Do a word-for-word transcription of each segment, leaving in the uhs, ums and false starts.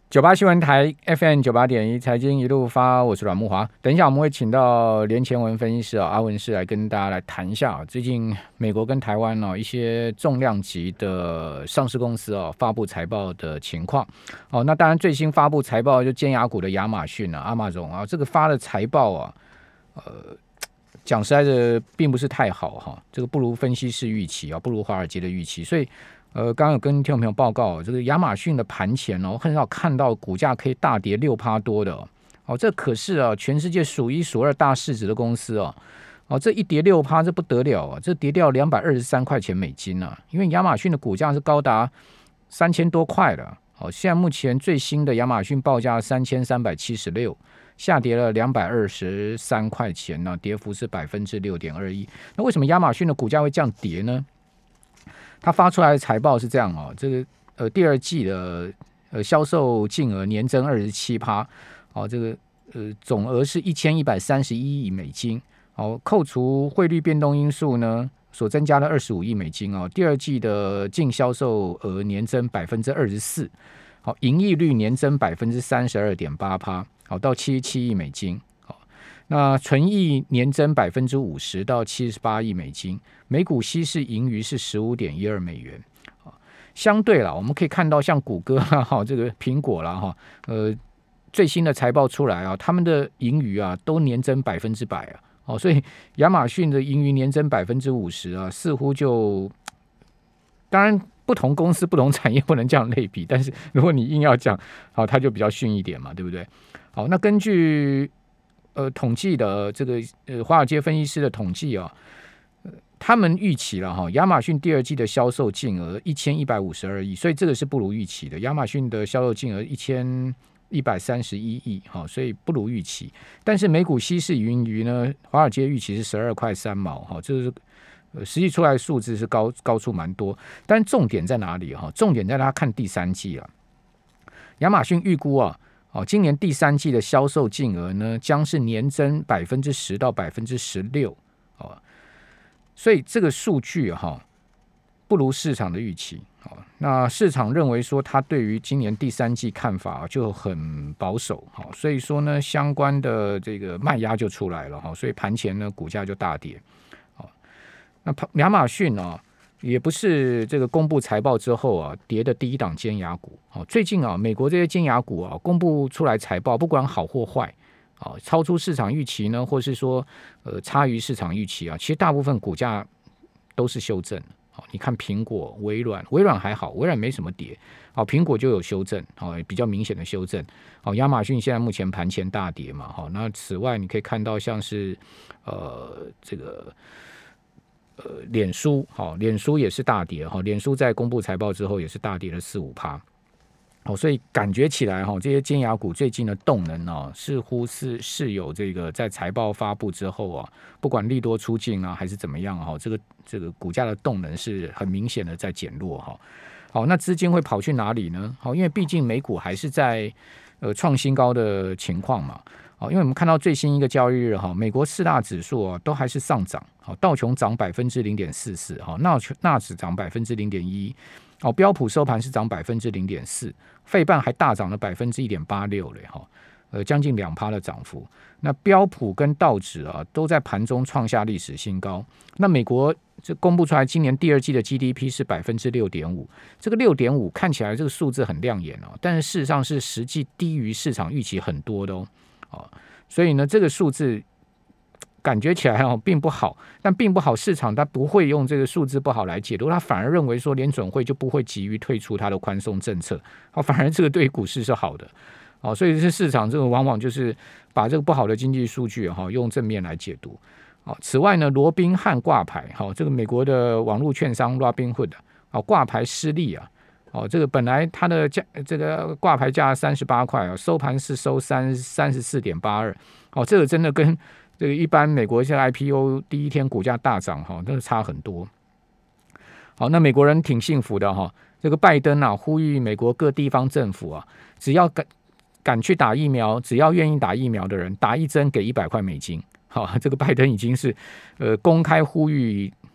九八新闻台 F M 九八点一财经一路发，我是阮慕华。等一下我们会请到连前文分析师、哦、阿文师来跟大家来谈一下、哦、最近美国跟台湾、哦、一些重量级的上市公司、哦、发布财报的情况、哦、那当然最新发布财报就尖牙股的亚马逊啊、Amazon 啊，这个发的财报啊，呃，讲实在的并不是太好哈、哦，这个不如分析师预期啊，不如华尔街的预期，所以。呃，刚刚有跟听众朋友报告，这个亚马逊的盘前哦，很少看到股价可以大跌六趴多的哦。哦，这可是啊，全世界数一数二大市值的公司哦。哦，这一跌六趴，这不得了啊！这跌掉两百二十三块钱美金啊，因为亚马逊的股价是高达三千多块的。哦，现在目前最新的亚马逊报价三千三百七十六，下跌了两百二十三块钱呢、啊，跌幅是百分之六点二一。那为什么亚马逊的股价会这样跌呢？它发出来的财报是这样哦，这个呃第二季的呃销售净额年增二十七趴，哦，这个呃总额是一千一百三十一亿美金，哦，扣除汇率变动因素呢，所增加的二十五亿美金哦，第二季的净销售额年增百分之二十四，好，盈利率年增百分之三十二点八趴，好到七十七亿美金。那纯益年增百分之五十到七十八亿美金，每股稀释盈余是十五点一二美元。相对啦，我们可以看到像谷歌啦、哈这个苹果啦哈，呃最新的财报出来啊，他们的盈余啊都年增百分之百啊，哦，所以亚马逊的盈余年增百分之五十啊，似乎就当然不同公司不同产业不能这样类比，但是如果你硬要讲，好，它就比较逊一点嘛，对不对？好，那根据呃，统计的这个呃，华尔街分析师的统计啊，呃、他们预期了哈，亚马逊第二季的销售净额一千一百五十二亿，所以这个是不如预期的。亚马逊的销售净额一千一百三十一亿，哈，所以不如预期。但是每股稀释盈余呢，华尔街预期是十二块三毛，哈，这是呃实际出来的数字是高高出蛮多。但重点在哪里哈？重点在他看第三季啊，亚马逊预估啊。哦，今年第三季的销售净额呢，将是年增百分之十到百分之十六，哦，所以这个数据哈、哦、不如市场的预期。哦，那市场认为说，他对于今年第三季看法就很保守，哦，所以说呢，相关的这个卖压就出来了，哈、哦，所以盘前呢，股价就大跌。哦，那亚马逊呢、哦？也不是这个公布财报之后啊跌的第一档尖牙股。哦，最近啊，美国这些尖牙股啊公布出来财报，不管好或坏，啊，超出市场预期呢，或是说呃差于市场预期啊，其实大部分股价都是修正。好，你看苹果、微软，微软还好，微软没什么跌。好，苹果就有修正，好，比较明显的修正。好，亚马逊现在目前盘前大跌嘛，好，那此外你可以看到像是呃这个。呃，脸书好，脸书也是大跌哈，脸书在公布财报之后也是大跌了四五趴，好，所以感觉起来哈，这些尖牙股最近的动能呢，似乎是是有这个在财报发布之后啊，不管利多出尽啊，还是怎么样哈，这个这个股价的动能是很明显的在减弱哈。好，那资金会跑去哪里呢？好，因为毕竟美股还是在呃创新高的情况嘛。因为我们看到最新一个交易日哈，美国四大指数都还是上涨，道琼涨百分之零点四四，纳纳指涨百分之零点一，标普收盘是涨百分之零点四，费半还大涨了百分之一点八六嘞哈，呃将近两趴的涨幅。那标普跟道指啊都在盘中创下历史新高。那美国这公布出来今年第二季的 G D P 是百分之六点五，这个六点五看起来这个数字很亮眼哦，但是事实上是实际低于市场预期很多的哦。哦，所以呢，这个数字感觉起来哦并不好，但并不好，市场它不会用这个数字不好来解读，它反而认为说联准会就不会急于退出它的宽松政策，哦，反而这个对股市是好的，哦，所以是市场这个往往就是把这个不好的经济数据哈、哦、用正面来解读。哦，此外呢，罗宾汉挂牌，好、哦，这个美国的网络券商 Robinhood 哦挂牌失利啊。哦，这个本来它的价这个挂牌价三十八块，收盘是收三三十四点八二，哦，这个真的跟这个一般美国现在 I P O 第一天股价大涨哈，真的差很多。好，那美国人挺幸福的哈，这个拜登啊呼吁美国各地方政府啊，只要敢敢去打疫苗，只要愿意打疫苗的人，打一针给一百块美金。好，这个拜登已经是呃公开呼吁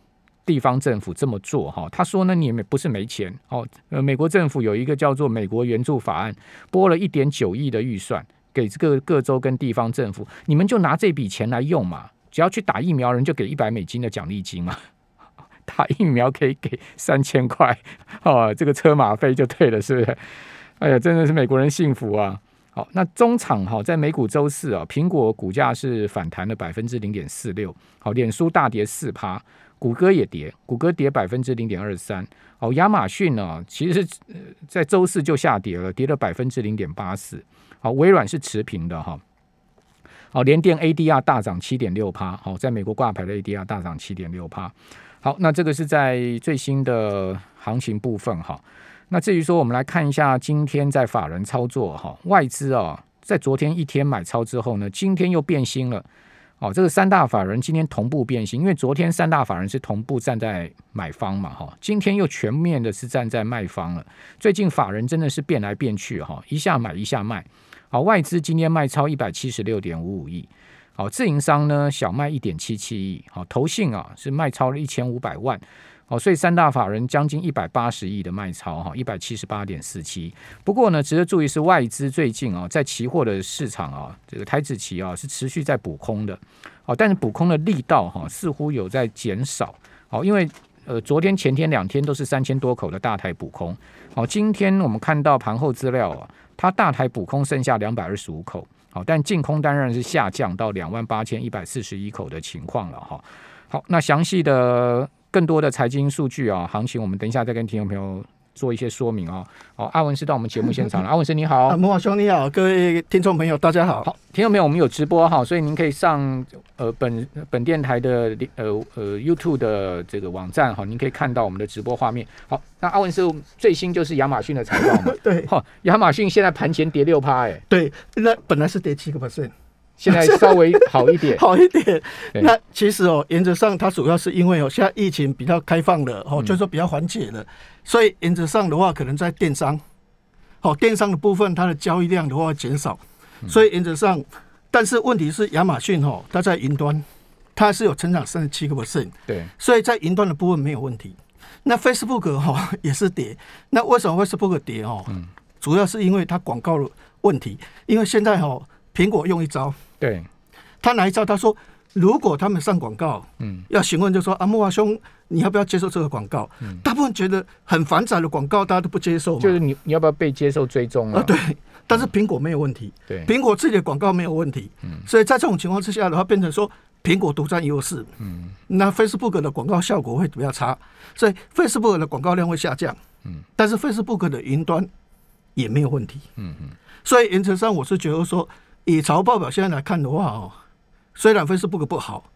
地方政府这么做哈。他说呢，你也不是没钱哦，呃，美国政府有一个叫做美国援助法案，拨了一点九亿的预算给这个各州跟地方政府，你们就拿这笔钱来用嘛，只要去打疫苗，人就给一百美金的奖励金嘛。打疫苗可以给三千块哦，这个车马费就对了，是不是？哎呀，真的是美国人幸福啊！好，那中场哈，在美股周四啊，苹果股价是反弹了百分之零点四六，好，脸书大跌四趴，谷歌也跌，谷歌跌百分之零点二三，好，亚马逊呢，其实在周四就下跌了，跌了百分之零点八四，好，微软是持平的哈，好，联电 A D R 大涨七点六趴，好，在美国挂牌的 A D R 大涨七点六趴，好，那这个是在最新的行情部分哈。那至于说，我们来看一下今天在法人操作哈，外资啊，在昨天一天买超之后呢，今天又变心了。哦，这个三大法人今天同步变心，因为昨天三大法人是同步站在买方嘛，哈，今天又全面的是站在卖方了。最近法人真的是变来变去哈，一下买一下卖。好，外资今天卖超一百七十六点五五亿。好，自营商呢小卖一点七七亿。好，投信啊是卖超了一千五百万。好，所以三大法人将近一百八十亿的卖超哈，一百七十八点四七。不过呢，值得注意是外资最近啊，在期货的市场啊，这个台指期啊是持续在补空的。好，但是补空的力道哈、啊、似乎有在减少。好，因为呃昨天前天两天都是三千多口的大台补空。好，今天我们看到盘后资料啊，它大台补空剩下两百二十五口。好，但净空当然是下降到两万八千一百四十一口的情况了哈。好，那详细的。更多的财经数据啊，行情我们等一下再跟听众朋友做一些说明啊。好，阿文师到我们节目现场了，阿文师你好， 啊，慕骅兄你好，各位听众朋友大家好。 好，听众朋友我们有直播哈，所以您可以上呃本本电台的呃呃 YouTube 的这个网站哈，您可以看到我们的直播画面。好，那阿文师最新就是亚马逊的财报嘛， 对， 哈，亚马逊现在盘前跌六趴，哎， 对，那本来是跌七个 percent。 现在稍微好一点， 好一点。那其实哦，原则上它主要是因为哦，现在疫情比较开放了哦，就是说比较缓解了，所以原则上的话，可能在电商，好，电商的部分它的交易量的话减少，所以原则上，但是问题是亚马逊哦，它在云端，它是有成长三十七个 percent， 对，所以在云端的部分没有问题。那 Facebook 哦也是跌，那为什么 Facebook 跌哦？嗯，主要是因为它广告的问题，因为现在哦。苹果用一招，对，他哪一招？他说，如果他们上广告，嗯，要询问就说啊，慕骅兄，你要不要接受这个广告？嗯，大部分觉得很繁杂的广告，大家都不接受嘛。 就是你你要不要被接受追踪啊？ 啊，对。但是苹果没有问题，对，苹果自己的广告没有问题，嗯，所以在这种情况之下的话，变成说苹果独占优势，嗯，那 Facebook 的广告效果会比较差，所以 Facebook 的广告量会下降，嗯，但是 Facebook 的云端也没有问题，嗯嗯，所以原则上我是觉得说。以财报表现在来看的话哦，虽然 Facebook 不好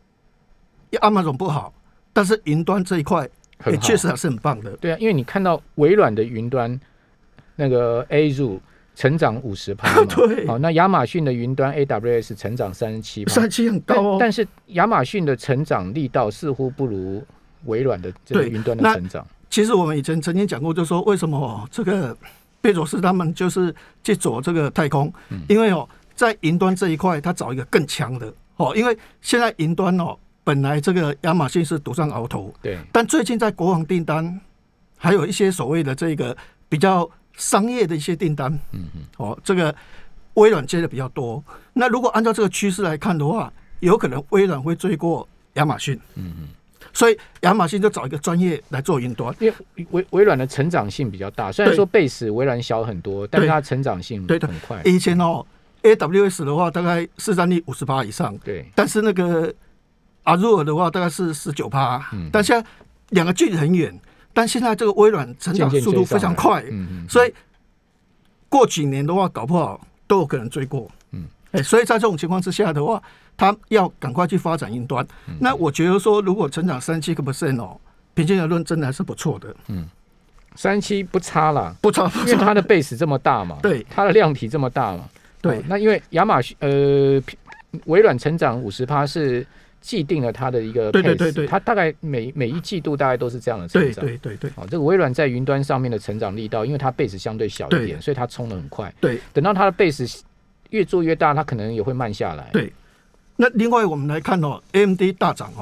，Amazon 不好，但是云端这一块也确实还是很棒的。 对啊，因为你看到微软的云端那个 Azure 成长五十趴，对，好，那亚马逊的云端 A W S 成长三十七趴， 三十七很高哦。 但是亚马逊的成长力道似乎不如微软的这个云端的成长。 其实我们以前曾经讲过，就是说为什么这个贝佐斯他们就是去走这个太空，嗯、因为哦。在云端这一块，它找一个更强的哦，因为现在云端哦，本来这个亚马逊是独占鳌头，对，但最近在国防订单，还有一些所谓的这个比较商业的一些订单，嗯嗯，哦，这个微软接的比较多。那如果按照这个趋势来看的话，有可能微软会追过亚马逊，嗯嗯，所以亚马逊就找一个专业来做云端， 因为 微, 微软的成长性比较大，虽然说 base 微软小很多，但是它成长性很快。 以前哦。A W S 的话，大概市占率五十趴以上，对。但是那个 Azure 的话，大概是十九趴，但现在两个距离很远。但现在这个微软成长速度非常快，渐渐嗯嗯所以过几年的话，搞不好都有可能追过。嗯，欸、所以在这种情况之下的话，他要赶快去发展云端。嗯、那我觉得说，如果成长三七个 percent 哦，平均而论真的还是不错的。嗯。 三七不差啦， 不差，不差， 因为它的 base 这么大嘛，对，它的量体这么大嘛。对，那因为亚马逊呃，微软成长五十趴是既定了它的一个 pace， 对对对对，它大概每每一季度大概都是这样的成长，对对对对。好，这个微软在云端上面的成长力道，因为它 base 相对小一点，所以它冲得很快。对，等到它的 base 越做越大，它可能也会慢下来。 对，那另外我们来看哦 ，A M D 大涨哦，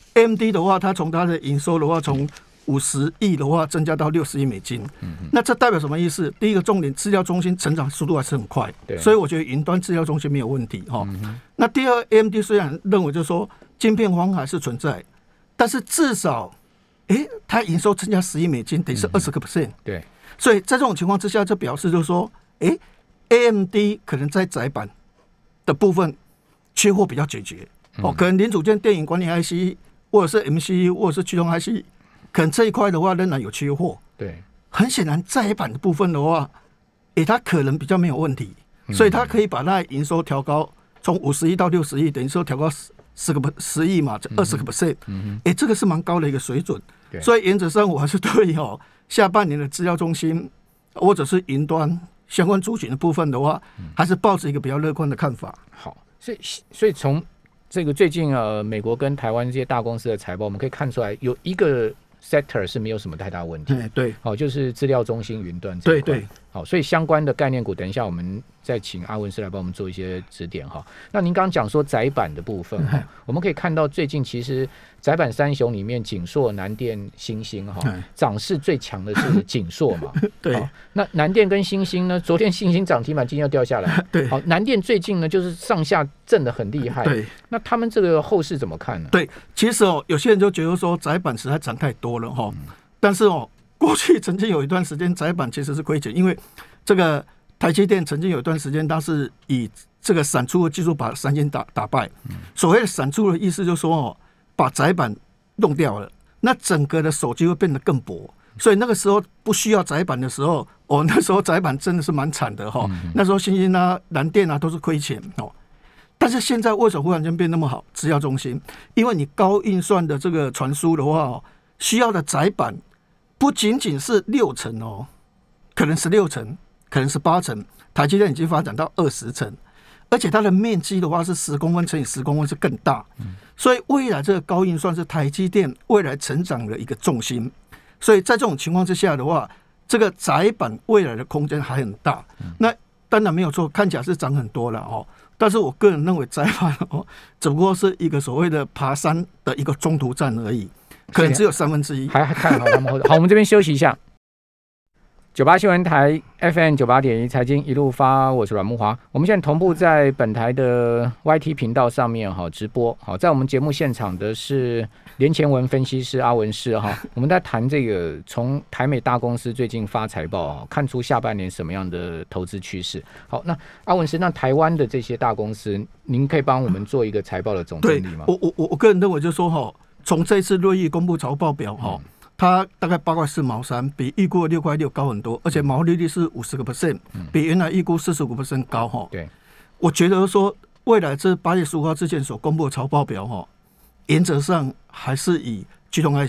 A M D 的话，它从它的营收的话，从五十亿的话增加到六十亿美金，嗯、那这代表什么意思？第一个重点，资料中心成长速度还是很快，所以我觉得云端资料中心没有问题哈、嗯。那第二 ，A M D 虽然认为就是说晶片荒还是存在，但是至少，哎，它营收增加十亿美金，等于是二十个 percent， 对， 所以在这种情况之下，就表示就是说，哎 ，A M D 可能在载板的部分缺货比较解决，哦，可能零组件、电影管理 I C 或者是 M C U 或者是驱动 I C。可能这一块的话仍然有缺货， 对，很显然载板的部分的话，欸、它可能比较没有问题，所以它可以把它的营收调高，从五十亿到六十亿，等于说调高十个十亿嘛，二十个 percent， 哎，这个是蛮高的一个水准，所以原则上我还是对哦下半年的资料中心或者是云端相关族群的部分的话，还是抱着一个比较乐观的看法。 好，所以所以从这个最近呃美国跟台湾这些大公司的财报，我们可以看出来有一个sector 是没有什么太大问题， 对， 好，就是资料中心、云端这一块， 对对， 好，所以相关的概念股，等一下我们再请阿文师来帮我们做一些指点哈。那您刚刚讲说载板的部分哈，我们可以看到最近其实载板三雄里面，景硕、南电、欣兴哈，涨势最强的是景硕嘛， 对。 那南电跟欣兴呢，昨天欣兴涨停板，今天要掉下来， 对。 好，南电最近呢就是上下震得很厉害， 对。 那他们这个后市怎么看呢？ 对，其实哦，有些人就觉得说载板实在涨太多了哈，但是哦，过去曾经有一段时间载板其实是亏钱，因为这个台积电曾经有一段时间它是以这个闪出的技术把三星打打败，所谓的闪出的意思就是说哦，把载板弄掉了，那整个的手机会变得更薄。所以那个时候不需要载板的时候，哦，那时候载板真的是蛮惨的哈、哦。那时候欣兴啊、南电啊都是亏钱哦。但是现在为什么忽然间变那么好？资料中心，因为你高运算的这个传输的话、哦，需要的载板不仅仅是六成哦，可能十六成，可能是八成。台积电已经发展到二十成，而且它的面积的话是十公分乘以十公分是更大。所以未来这个高运算是台积电未来成长的一个重心。所以在这种情况之下的话，这个载板未来的空间还很大。那当然没有错，看起来是涨很多了哦。但是我个人认为载板哦，只不过是一个所谓的爬山的一个中途站而已，可能只有三分之一。 还还看好他们。好，我们这边休息一下。九八新闻台 F M 九八点一财经一路发，我是阮慕骅。我们现在同步在本台的 Y T 频道上面哈直播。好，在我们节目现场的是连前文分析师阿文师哈。我们在谈这个从台美大公司最近发财报，看出下半年什么样的投资趋势。好，那阿文师，那台湾的这些大公司，您可以帮我们做一个财报的总整理吗？ 对，我我我个人认为就是说哈，从这次瑞昱公布财报表哈。嗯，它大概八块四毛三，比预估的六块六高很多，而且毛利率是五十个 percent， 比原来预估四十五个 percent 高哈。对，我觉得说未来这八月十五号之前所公布的财报表哈，原则上还是以驱动 I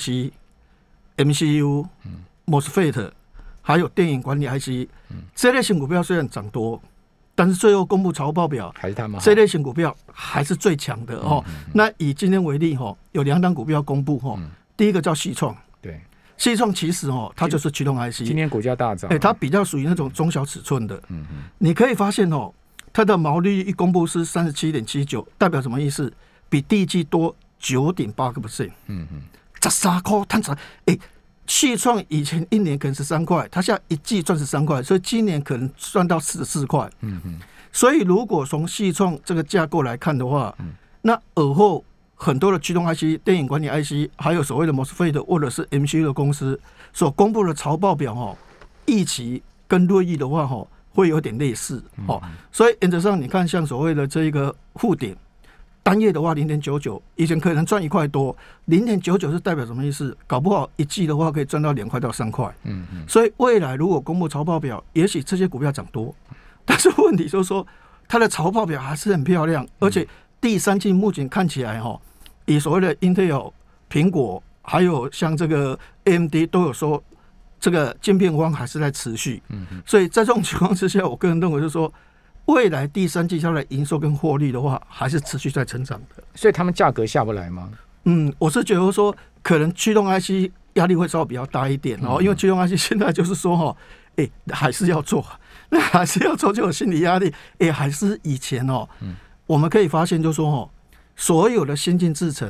C、M C U、MOSFET 还有电影管理 I C、嗯、这类型股票虽然涨多，但是最后公布财报表还是他们这类型股票还是最强的哦、嗯嗯嗯。那以今天为例哈，有两档股票公布哈、嗯，第一个叫矽创。对，矽创其实哦，它就是驱动 I C， 今天股价大涨， 哎、欸，它比较属于那种中小尺寸的。嗯嗯，你可以发现哦，它的毛利率一公布是三十七点七九，代表什么意思？比第一季多九点八个 percent。嗯嗯，十三块，探查，哎，矽创以前一年可能是三块，它现在一季赚十三块，所以今年可能赚到四十四块。嗯嗯，所以如果从矽创这个架构来看的话，嗯、那尔后。很多的驱动 I C、电影管理 I C， 还有所谓的 MOSFET 或者是 M C U 的公司所公布的财报表哈，预期跟瑞昱的话哈会有点类似哈、嗯，所以原则上你看像所谓的这个富典，单月的话零点九九，以前可能赚一块多，零点九九是代表什么意思？搞不好一季的话可以赚到两块到三块。嗯嗯，所以未来如果公布财报表，也许这些股票涨多，但是问题就是说它的财报表还是很漂亮，而且第三季目前看起来哈。以所谓的 Intel、苹果，还有像这个 A M D 都有说，这个晶片荒还是在持续。嗯，所以在这种情况之下，我个人认为就是说，未来第三季它的营收跟获利的话，还是持续在成长的。 所以他们价格下不来吗？ 嗯，我是觉得说，可能驱动 I C 压力会稍微比较大一点哦，嗯、因为驱动 I C 现在就是说哈，哎、欸，还是要做，那还是要做就有心理压力。哎、欸，还是以前哦，嗯、我们可以发现就是说哈。所有的先进制程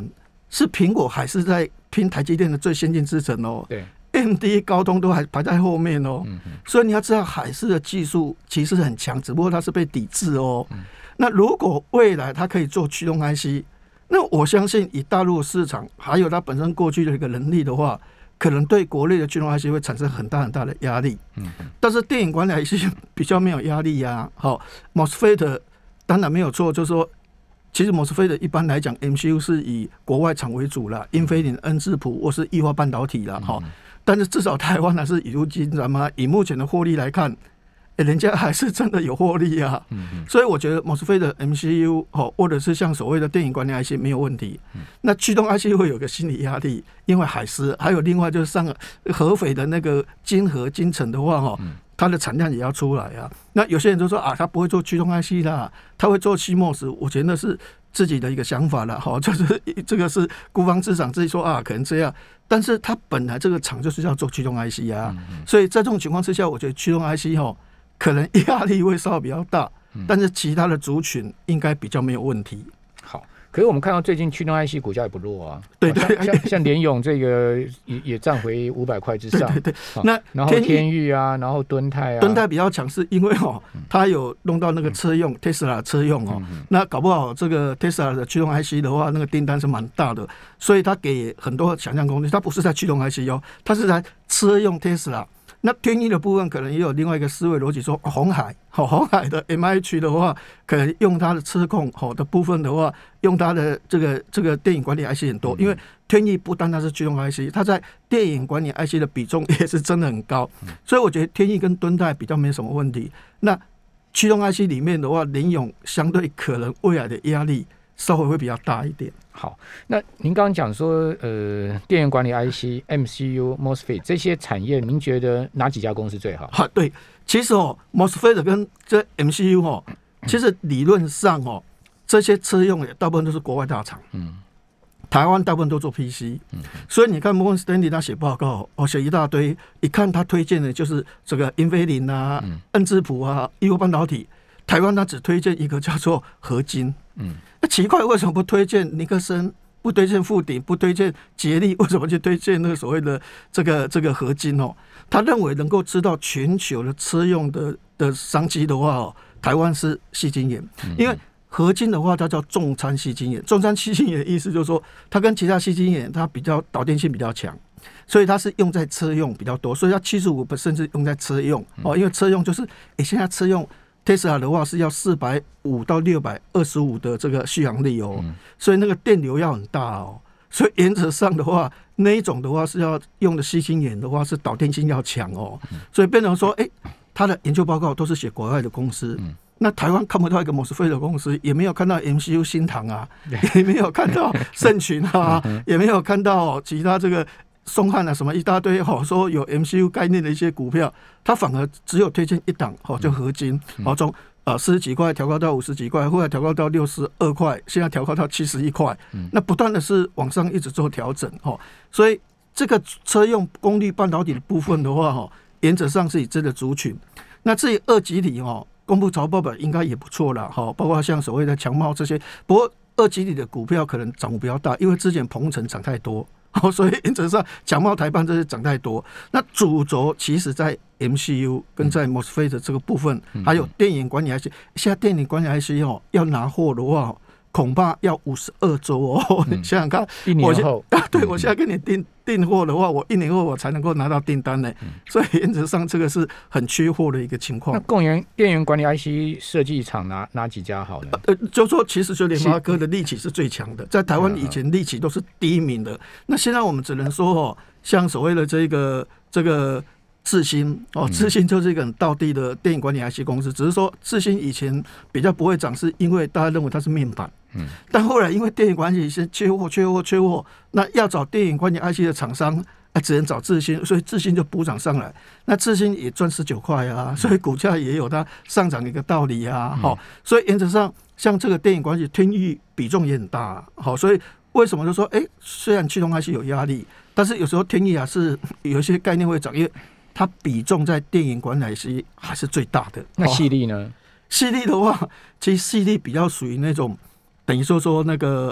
是苹果还是在拼台积电的最先进制程哦。 对 ，A M D 高通都还排在后面哦。嗯、所以你要知道，海思的技术其实很强，只不过它是被抵制哦。嗯、那如果未来它可以做驱动 I C， 那我相信以大陆市场还有它本身过去的一个能力的话，可能对国内的驱动 I C 会产生很大很大的压力。嗯、但是电影管理 I C 比较没有压力呀、啊。好 ，MOSFET 当然没有错，就是说。其实 MOSFET 一般来讲 ，M C U 是以国外厂为主啦，英飞凌、恩智浦或是液化半导体啦，哈、嗯。但是至少台湾还是以如今咱们以目前的获利来看，欸、人家还是真的有获利啊。嗯嗯所以我觉得 MOSFET 的 M C U 或者是像所谓的电影管理 I C 没有问题。嗯、那驱动 I C 会有个心理压力，因为海思还有另外就是上合肥的那个金河金城的话，哈。嗯它的产量也要出来啊，那有些人就说啊，他不会做驱动 I C 啦，他会做 C M O S， 我觉得那是自己的一个想法啦，哈，就是这个是孤芳自赏，自己说啊，可能这样，但是他本来这个厂就是要做驱动 I C 啊，嗯嗯所以在这种情况之下，我觉得驱动 I C 哈，可能压力会稍微比较大，但是其他的族群应该比较没有问题。 好。可是我们看到最近驱动 I C 股价也不弱啊， 对对， 像像联咏这个也也站回五百块之上， 对对对。那然后天钰啊，然后敦泰啊， 敦泰比较强势，因为哦，它有弄到那个车用 Tesla 车用哦，那搞不好这个 Tesla 的驱动 I C 的话，那个订单是蛮大的，所以它给很多想象空间。它不是在驱动 I C 哦，它是在车用 Tesla。那天钰的部分可能也有另外一个思维逻辑，说鸿海，好，鸿海的 M I 区的话，可能用它的车控好的部分的话，用它的这个这个电影管理 I C 很多，因为天钰不单单是驱动 I C， 它在电影管理 I C 的比重也是真的很高，所以我觉得天钰跟敦泰比较没什么问题。那驱动 I C 里面的话，联咏相对可能未来的压力稍微会比较大一点。 好，那您刚刚讲说，呃，电源管理 I C、M C U、MOSFET 这些产业，您觉得哪几家公司最好？ 啊，对，其实哦 ，MOSFET 跟这 M C U 哦，其实理论上哦，这些车用的大部分都是国外大厂，嗯，台湾大部分都做 P C，嗯，所以你看摩根斯丹利他写报告，哦，写一大堆，一看他推荐的就是这个英飞凌啊、恩智浦啊、液化半导体。台湾他只推荐一个叫做合金，嗯，那奇怪为什么不推荐尼克森，不推荐富鼎，不推荐捷力，为什么去推荐那个所谓的这个这个合金哦？他认为能够知道全球的车用的的商机的话哦，台湾是矽晶圆，因为合金的话它叫重餐矽晶圆，重餐矽晶圆的意思就是说它跟其他矽晶圆它比较导电性比较强。所以它是用在车用比较多，所以它七十五甚至用在车用哦，因为车用就是，哎，现在车用。Tesla 的话是要四百五到六百二十五的这个续航力哦，嗯、所以那个电流要很大哦，所以原则上的话，那一种的话是要用的矽晶圆的话是导电性要强哦，嗯、所以变成说，哎、欸，他的研究报告都是写国外的公司，嗯、那台湾看不到一个 MOSFET 的公司，也没有看到 M C U 新唐啊，也没有看到盛群啊，也没有看到其他这个。松汉啊，什么一大堆哈，说有 M C U 概念的一些股票，它反而只有推荐一档哈，就合金，好从呃四十几块调高到五十几块，后来调高到六十二块，现在调高到七十一块，那不断的是往上一直做调整哈，所以这个车用功率半导体的部分的话哈，原则上是以这个族群。那至于二极体哈，公布财报表应该也不错了哈，包括像所谓的强茂这些，不过二极体的股票可能涨幅比较大，因为之前鹏程涨太多。哦，所以原则上强茂台半这些涨太多，那主轴其实在 M C U 跟在 MOSFET 的这个部分，嗯、还有电源管理 I C。现在电源管理 I C 哦，要拿货的话，恐怕要五十二周哦。嗯、你想想看， 一年后， 我对我现在跟你订订货的话，我一年后我才能够拿到订单呢。嗯、所以原则上这个是很缺货的一个情况。 那供源电源管理 I C 设计厂哪哪几家好呢？ 呃，就说其实就联发科的力企是最强的，在台湾以前力企都是第一名的。那现在我们只能说哦，像所谓的这个这个。智新哦，智新就是一个很道地的电影管理 I C 公司，只是说智新以前比较不会涨，是因为大家认为它是面板，嗯，但后来因为电影管理是缺货、缺货、缺货，那要找电影管理 I C 的厂商，啊，只能找智新，所以智新就补涨上来，那智新也赚十九块啊，所以股价也有它上涨的一个道理啊，好、嗯，所以原则上像这个电影管理天钰比重也很大，好，所以为什么就说，哎、欸，虽然驱动 I C 有压力，但是有时候天钰啊是有一些概念会涨，因为它比重在电源管理 I C 还是最大的。 那矽力呢？ 矽力的话，其实矽力比较属于那种等于说说那个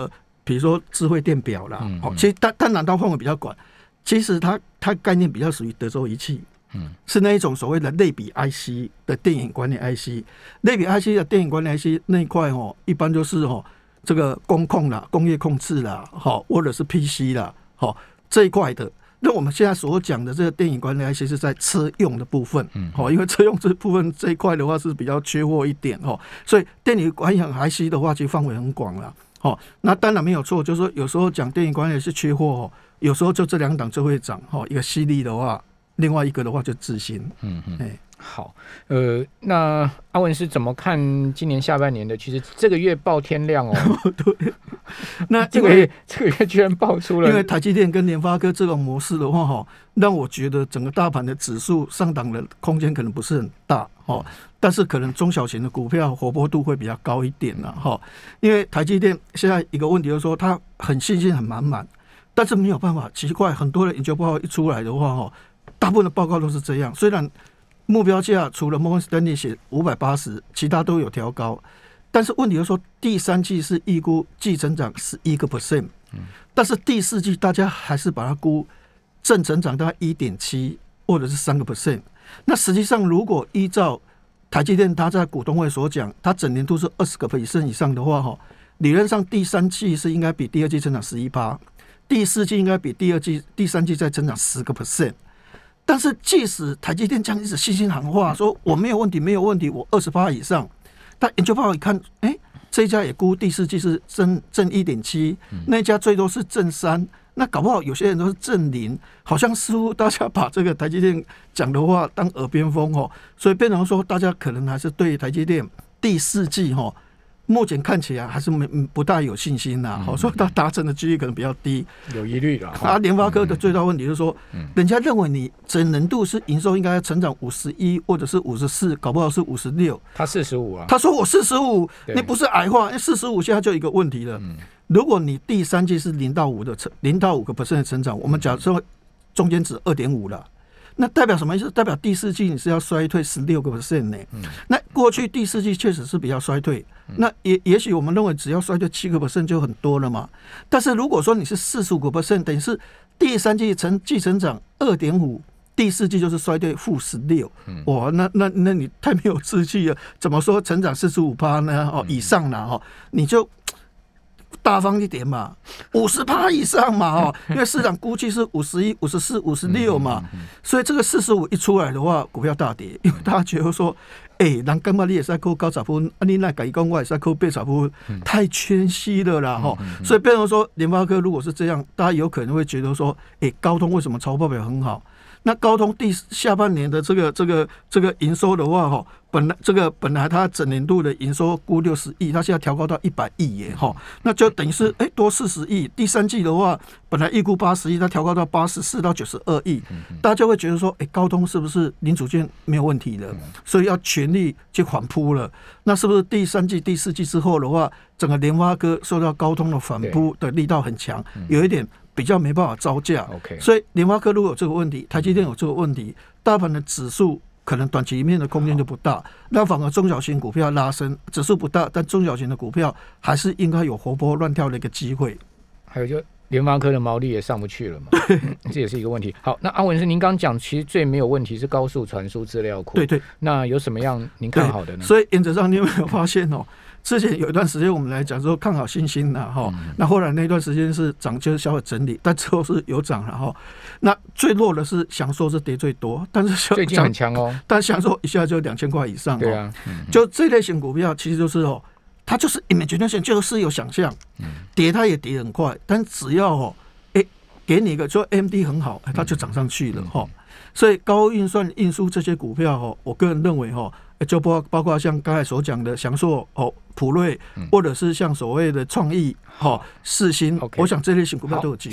比如说智慧电表啦， 嗯哦，其实当当然它范围比较广，其实它它概念比较属于德州仪器， 嗯， 是那一种所谓的类比 I C 的电影管理 I C， 类比 I C 的电影管理 I C 那一块哦，一般就是哦这个工控啦、工业控制啦，好或者是 P C 啦，好这一块的。那我们现在所讲的这个电影管理 I C 是在车用的部分，嗯，因为车用这部分这一块的话是比较缺货一点哦，所以电影管理 I C 的话，其实范围很广啦。哦，那当然没有错，就是说有时候讲电影管理是缺货哦，有时候就这两档就会涨哦，一个犀利的话，另外一个的话就自新，嗯嗯，哎。 好，呃，那阿文是怎么看今年下半年的？其实这个月爆天量哦， 对，那这个月这个月居然爆出了， 因为台积电跟联发科这种模式的话，哈，让我觉得整个大盘的指数上档的空间可能不是很大，哦，但是可能中小型的股票活泼度会比较高一点啦，哈，因为台积电现在一个问题就是说，它很信心很满满，但是没有办法，奇怪，很多的研究报告一出来的话，哈，大部分的报告都是这样，虽然目标价除了摩根士丹利写五百八十，其他都有调高，但是问题就是说，第三季是预估季增长十一个 percent， 但是第四季大家还是把它估正成长大概一点七或者是三个 percent。那实际上，如果依照台积电他在股东会所讲，他整年都是二十个 percent 以上的话，哈，理论上第三季是应该比第二季增长十一趴，第四季应该比第二季、第三季再增长十个 percent。但是，即使台积电这样一直信心喊话，说我没有问题，没有问题，我二十趴以上，但研究报告一看，哎，这一家也估第四季是正正一点七，那一家最多是正三，那搞不好有些人都是正零，好像似乎大家把这个台积电讲的话当耳边风哦，所以变成说大家可能还是对台积电第四季哈。目前看起来还是没不大有信心呐、啊，好、嗯，所以它达成的几率可能比较低， 有疑虑了。 啊，联发科的最大问题就是说，嗯、人家认为你整年度是营收应该成长五十一或者是五十四，搞不好是五十六。 他四十五啊， 他说我四十五，你不是矮化，四十五现在就有一个问题了。嗯、如果你第三季是零到五的成零到五个 percent 的成长，我们假设中间值二点五了。那代表什么意思？代表第四季你是要衰退十六个 percent 呢？那过去第四季确实是比较衰退，嗯、那也也许我们认为只要衰退七个 percent 就很多了嘛。但是如果说你是四十五个 percent， 等于是第三季成季成长二点五，第四季就是衰退负十六，哇，那那那你太没有志气了。怎么说成长四十五趴呢？哦，以上呢？哦，你就。大方一点嘛，五十趴以上嘛，哦，因为市场估计是五十一、五十四、五十六嘛，所以这个四十五一出来的话，股票大跌，因为大家觉得说，哎、欸，人干嘛你也是扣高十分，啊，你那改讲我也是扣八十分，太谦虚了啦，哈，所以变成说联发科如果是这样，大家有可能会觉得说，哎、欸，高通为什么财报表很好？那高通第下半年的这个这个这个营收的话，哈，本来这个本来它整年度的营收估六十亿，它现在调高到一百亿耶，哈，那就等于是哎、欸、多四十亿。第三季的话，本来预估八十亿，它调高到八十四到九十二亿，大家就会觉得说，哎、欸，高通是不是零组件没有问题了？所以要全力去反扑了。那是不是第三季、第四季之后的话，整个联发科受到高通的反扑的力道很强，有一点。比较没办法招架， okay. 所以联发科如果有这个问题，台积电有这个问题，大盘的指数可能短期里面的空间就不大，那反而中小型股票拉升，指数不大，但中小型的股票还是应该有活泼乱跳的一个机会。 还有就联发科的毛利也上不去了嘛，嗯、这也是一个问题。好，那阿文师，您刚讲其实最没有问题是高速传输资料库， 对对， 那有什么样您看好的呢？ 所以原则上你有没有发现哦？之前有一段时间我们来讲说看好新兴啦哈，嗯、那后来那段时间是涨，就是稍微整理，但之后是有涨了哈。那最弱的是享受是跌最多，但是最近很强哦， 但享受一下就两千块以上， 对啊，嗯、 就这类型股票其实就是哦，它就是 imagination 就是有想象，跌它也跌很快，但只要哦，哎、欸，给你一个说 A M D 很好，它就涨上去了哈。所以高运算运输这些股票哦，我个人认为哈。就包包括像刚才所讲的祥硕、哦、普瑞，或者是像所谓的创意、哦、世新，我想这类型股票都有机会。